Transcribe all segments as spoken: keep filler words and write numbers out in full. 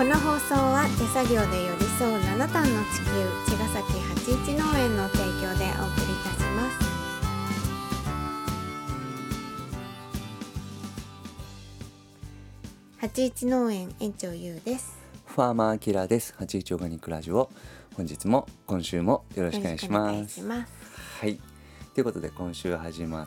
の放送は手作業で寄り添うななたんの地球、茅ヶ崎八一農園の提供でお送りいたします。八一農園園長ゆうです。 ファーマーキラーです。八一オーガニックラジオ、本日も今週もよろしくお願いします。 ますはい、ということで今週始まって、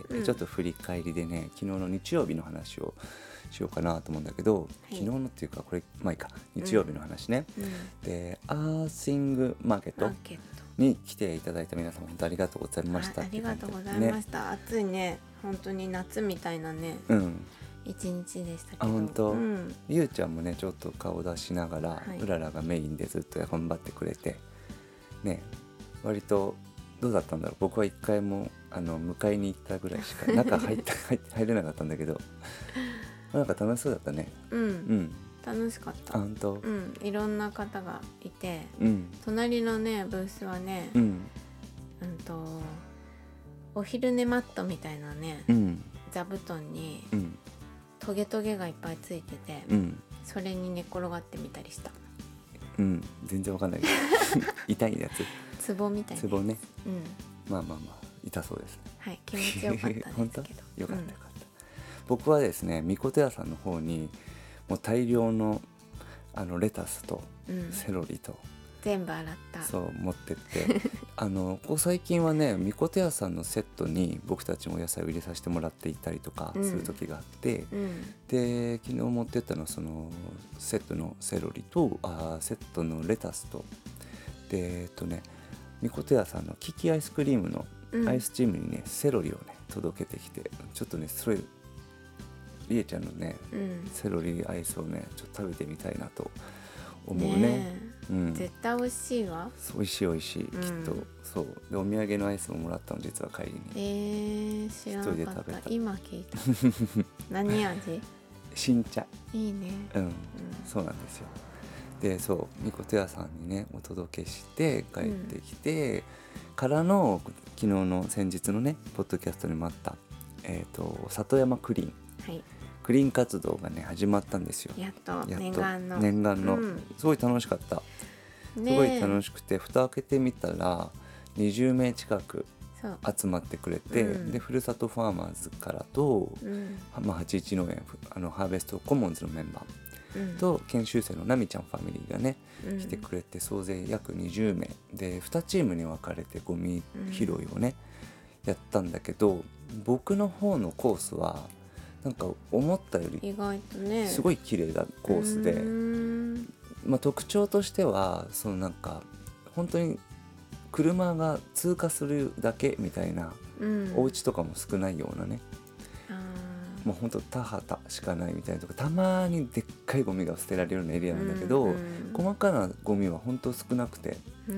うん、ちょっと振り返りでね、昨日の日曜日の話をしようかなと思うんだけど、はい、昨日のっていうかこれまあいいか、日曜日の話ね、うんうん、でアーシングマーケットに来ていただいた皆様本当ありがとうございました。 あ, ありがとうございました、ね、暑いね、本当に夏みたいなね、うん一日でしたけど。あ、本当、うん、 ゆうちゃんもねちょっと顔出しながら、はい、うららがメインでずっと頑張ってくれてね、割とどうだったんだろう。僕は一回もあの迎えに行ったぐらいしか中入って入って入れなかったんだけどなんか楽しそうだったね。 うん、うん、楽しかった。 あ、本当、 うん、いろんな方がいて、 うん、 隣のねブースはね、 うん、 うんとお昼寝マットみたいなね、 うん、 座布団に、 うん、 トゲトゲがいっぱいついてて、うん、それに寝転がってみたりした。 うん、全然わかんないけど痛いやつ。 ツボみたいなやつ。 ツボね。 うん。 まあまあまあ痛そうですね。 はい、気持ちよかったですけど。 本当？よかったよかった。うん、僕はですね、みこと屋さんの方にもう大量のあのレタスとセロリと、うん、 全部洗った。 そう持ってってあのここ最近はね、みこと屋さんのセットに僕たちもお野菜を入れさせてもらっていたりとかする時があって、うんうん、で昨日持ってったのはそのセットのセロリとあセットのレタスとでえっとねみこと屋さんのキキアイスクリームのアイスチームにね、うん、セロリをね届けてきて、ちょっとねそれりえちゃんのね、うん、セロリアイスをねちょっと食べてみたいなと思う ね, ね、うん、 絶対美味しいわ。 美味しい美味しい、うん、きっとそうでお土産のアイスももらったの実は帰りに。 えー、知らなかった。一人で食べた。今聞いた何味？ 新茶。いいね、 うん、うん、そうなんですよ。でそうみこと屋さんにねお届けして帰ってきて、うん、からの昨日の先日のねポッドキャストにもあった、えー、と里山クリーン、はい、クリーン活動がね始まったんですよ。 やっと、やっと念願の念願の、うん、すごい楽しかった、すごい楽しくて、蓋開けてみたらにじゅうめい近く集まってくれて、うん、でふるさとファーマーズからと、うんまあ、はちいち農園あのハーベストコモンズのメンバーうん、と研修生のなみちゃんファミリーがね、うん、来てくれて、総勢約にじゅうめいでにチームに分かれてゴミ拾いをね、うん、やったんだけど、僕の方のコースはなんか思ったより意外とねすごい綺麗なコースで、まあ、特徴としてはそのなんか本当に車が通過するだけみたいな、うん、お家とかも少ないようなね、もうほんと田畑しかないみたいなとか、たまにでっかいゴミが捨てられるようなエリアなんだけど、うんうん、細かなゴミはほんと少なくて、うん、うん、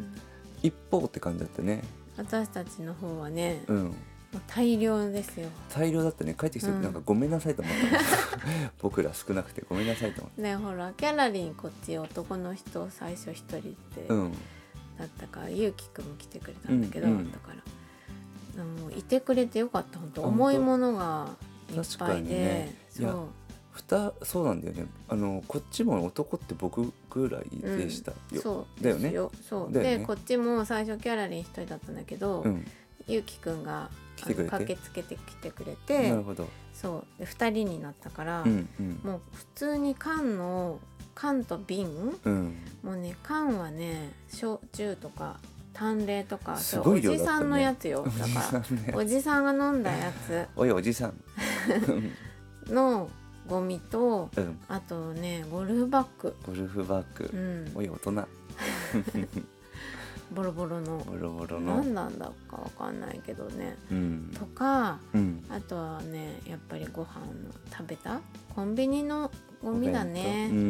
一方って感じだったね。 私たちの方はね、 うん、もう大量ですよ。 大量だったね。帰ってきてなんかごめんなさいと思った、うん、僕ら少なくてごめんなさいと思ったね。ほらギャラリーこっち男の人最初一人で、うん、だったからゆうきくんも来てくれたんだけど、うんうん、だからもういてくれてよかった。本当重いものがいっぱいで、ね、そういやふたそうなんだよね。あのこっちも男って僕ぐらいでしたよ、 うん、そうだよね。 そうだよね。でこっちも最初ギャラリー一人だったんだけど、うん、ゆうきくんが来てくれて駆けつけてきてくれて、 なるほど。 そうでふたりになったから、うんうん、もう普通に缶の缶と瓶、うん、もうね缶はね焼酎とか淡麗とか、 すごい量だったね。 おじさんのやつよ。だからおじさんが飲んだやつおいおじさんのゴミと、うん、あとねゴルフバッグゴルフバッグ、うん、おい大人ボロボロのボロボロの何なんだかわかんないけどね、うん、とか、うん、あとはねやっぱりご飯の食べたコンビニのゴミだね、うん、うん、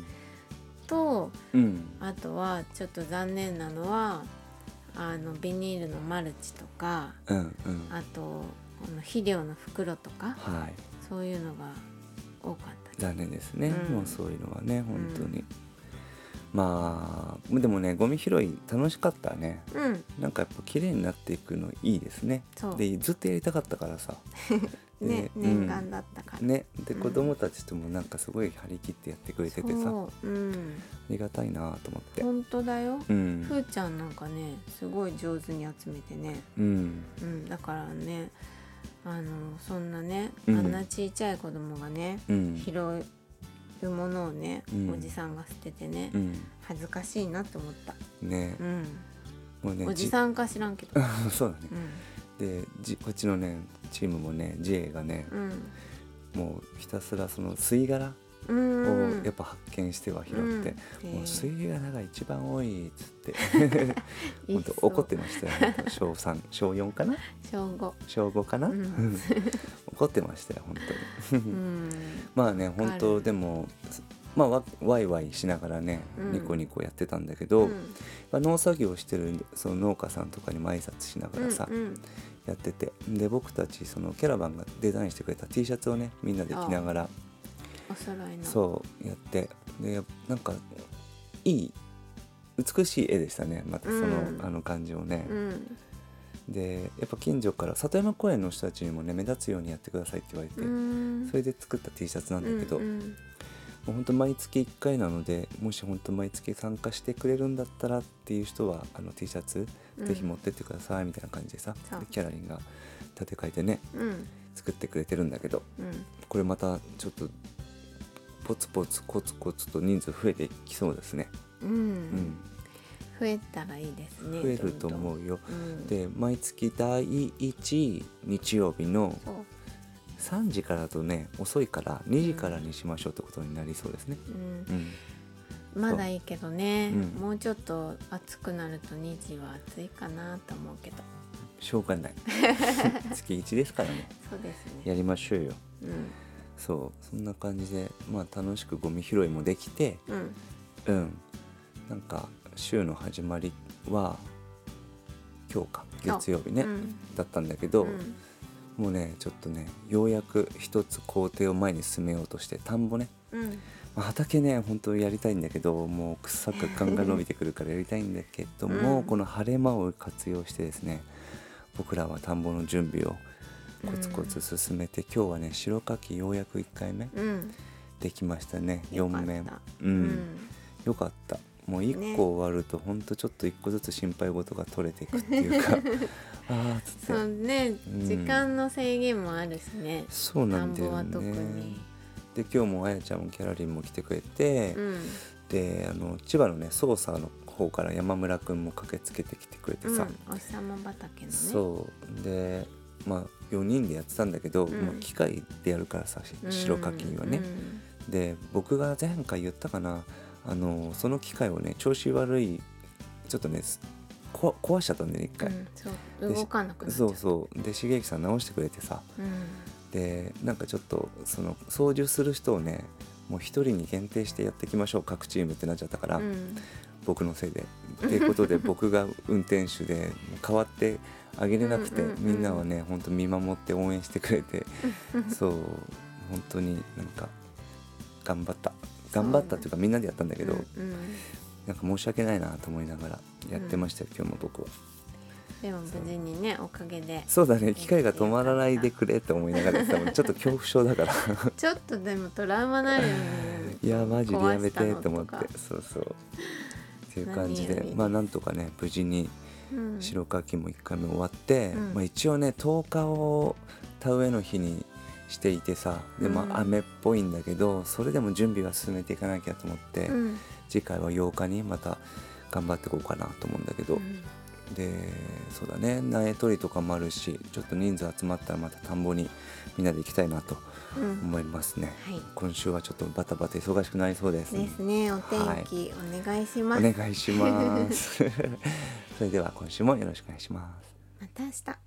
と、うん、あとはちょっと残念なのはあのビニールのマルチとか、うんうん、あとこの肥料の袋とか、はい、そういうのが多かった。 残念ですね、うん、もうそういうのはね本当に、うん、まあでもねゴミ拾い楽しかったね、うん、なんかやっぱ綺麗になっていくのいいですね。そうでずっとやりたかったからさね、念願だったから、 うん、ねで、うん、子供たちともなんかすごい張り切ってやってくれててさ、う、うん、ありがたいなと思って。 本当だよ、 うん、 ふーちゃんなんかねすごい上手に集めてね、 うんうん、だからねあのそんなね、うん、あんなちいちゃい子供がね、うん、拾うものをね、うん、おじさんが捨ててね、うん、恥ずかしいなって思ったね、 うん、 もうねおじさんか知らんけどそうだね、うん、でじこっちのねチームもね ジェイ がね、うん、もうひたすらその吸い殻をやっぱ発見しては拾って、うん、もう吸い殻が一番多いっつって本当怒ってましたよ小さん小よんかな小ご小ごかな、うん、怒ってましたよ本当にうんまあね本当でもまあワイワイしながらね、うん、ニコニコやってたんだけど、うんまあ、農作業してるその農家さんとかにも挨拶しながらさ、うんうん、やっててで僕たちそのキャラバンがデザインしてくれた T シャツをねみんなで着ながらお揃いのそうやってでなんかいい美しい絵でしたねまたその、うん、あの感じをね、うん、でやっぱ近所から里山公園の人たちにもね目立つようにやってくださいって言われて、うん、それで作った T シャツなんだけど、うんうん、もうほんと毎月いっかいなのでもしほんと毎月参加してくれるんだったらっていう人はあの T シャツぜひ持ってってくださいみたいな感じでさ、うん、でキャラリンが立て替えてね、うん、作ってくれてるんだけど、うん、これまたちょっとポツポツコツコツと人数増えてきそうですね、 うんうん、増えたらいいですね。 増えると思うよ、うん、で毎月だいいち日曜日のさんじからだとね遅いからにじからにしましょうってことになりそうですね、うんうん、まだいいけどね、うん、もうちょっと暑くなるとにじは暑いかなと思うけどしょうがない月いちですからねそうですねやりましょうよ、 うんそうそんな感じで、まあ、楽しくゴミ拾いもできて、うん、うん、なんか週の始まりは今日か月曜日ね、うん、だったんだけど、うん、もうねちょっとねようやく一つ工程を前に進めようとして田んぼね、うんまあ、畑ね本当やりたいんだけどもう草がガンガン伸びてくるからやりたいんだけども、うん、この晴れ間を活用してですね僕らは田んぼの準備をコツコツ進めて、うん、今日はね白柿ようやくいっかいめ、うん、できましたねよんめん、うんうん、よかったもういっこ終わるとほんとちょっといっこずつ心配事が取れていくっていうかあつってそうね、うん、時間の制限もあるしねそうなんだよね田んぼは特にで今日もあやちゃんもキャラリンも来てくれて、うん、であの千葉のね捜査の方から山村くんも駆けつけてきてくれてさ、 うん、お日様畑のねそうでまあよにんでやってたんだけど、うんまあ、機械でやるからさ白柿はね、うん、で僕が前回言ったかなあのその機械をね調子悪いちょっとねこ壊しちゃったんでね一回、うん、 そう動かなくなっちゃそうそうで重幸さん直してくれてさ、うん、でなんかちょっとその操縦する人をねもう一人に限定してやっていきましょう各チームってなっちゃったから、うん、僕のせいでっていうことで僕が運転手で代わってあげれなくて、うんうんうん、みんなはね本当見守って応援してくれてそう本当になんか頑張った頑張ったっていうかみんなでやったんだけど、うんうん、なんか申し訳ないなと思いながらやってましたよ、うん、今日も僕は。 でも無事にねおかげでそうだね機械が止まらないでくれって思いながらさちょっと恐怖症だからちょっとでもトラウマなるよねいやマジでやめてと思ってそうそうっていう感じでまあなんとかね無事に白柿もいっかいめ終わって、うんまあ、一応ねとおかを田植えの日にしていてさでも雨っぽいんだけど、うん、それでも準備は進めていかなきゃと思って、うん、次回はようかにまた頑張っていこうかなと思うんだけど、うん、でそうだね苗取りとかもあるしちょっと人数集まったらまた田んぼにみんなで行きたいなと思いますね、うんはい、今週はちょっとバタバタ忙しくなりそうですですねお天気、はい、お願いしますお願いしますそれでは今週もよろしくお願いしますまた明日。